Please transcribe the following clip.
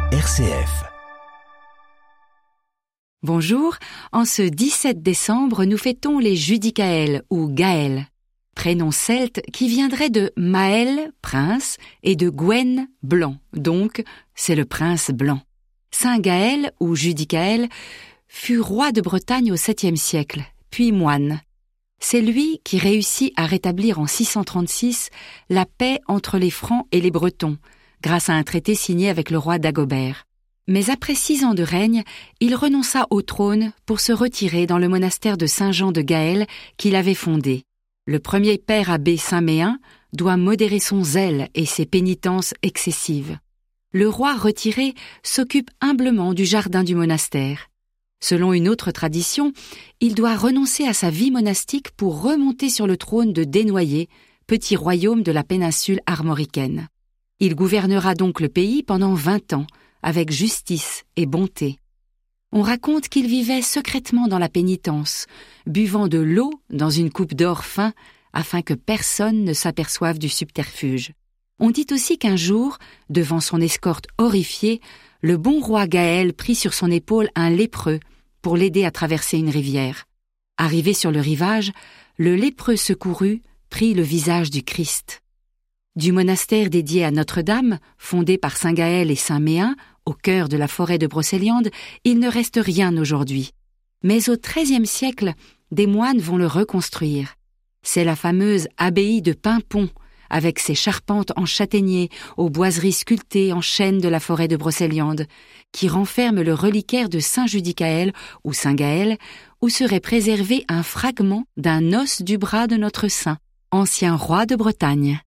RCF. Bonjour, en ce 17 décembre, nous fêtons les Judicaëls ou Gaëls, prénom celte qui viendrait de Maël, prince, et de Gwen, blanc, donc c'est le prince blanc. Saint Gaël ou Judicaël fut roi de Bretagne au 7e siècle, puis moine. C'est lui qui réussit à rétablir en 636 la paix entre les Francs et les Bretons, grâce à un traité signé avec le roi Dagobert. Mais après 6 ans de règne, il renonça au trône pour se retirer dans le monastère de Saint-Jean de Gaël qu'il avait fondé. Le premier père abbé Saint-Méen doit modérer son zèle et ses pénitences excessives. Le roi retiré s'occupe humblement du jardin du monastère. Selon une autre tradition, il doit renoncer à sa vie monastique pour remonter sur le trône de Desnoyers, petit royaume de la péninsule armoricaine. Il gouvernera donc le pays pendant 20 ans, avec justice et bonté. On raconte qu'il vivait secrètement dans la pénitence, buvant de l'eau dans une coupe d'or fin, afin que personne ne s'aperçoive du subterfuge. On dit aussi qu'un jour, devant son escorte horrifiée, le bon roi Gaël prit sur son épaule un lépreux pour l'aider à traverser une rivière. Arrivé sur le rivage, le lépreux secouru prit le visage du Christ. Du monastère dédié à Notre-Dame, fondé par Saint Gaël et Saint Méen, au cœur de la forêt de Brocéliande, il ne reste rien aujourd'hui. Mais au XIIIe siècle, des moines vont le reconstruire. C'est la fameuse abbaye de Paimpont, avec ses charpentes en châtaignier, aux boiseries sculptées en chêne de la forêt de Brocéliande, qui renferme le reliquaire de Saint Judicaël ou Saint Gaël, où serait préservé un fragment d'un os du bras de notre saint, ancien roi de Bretagne.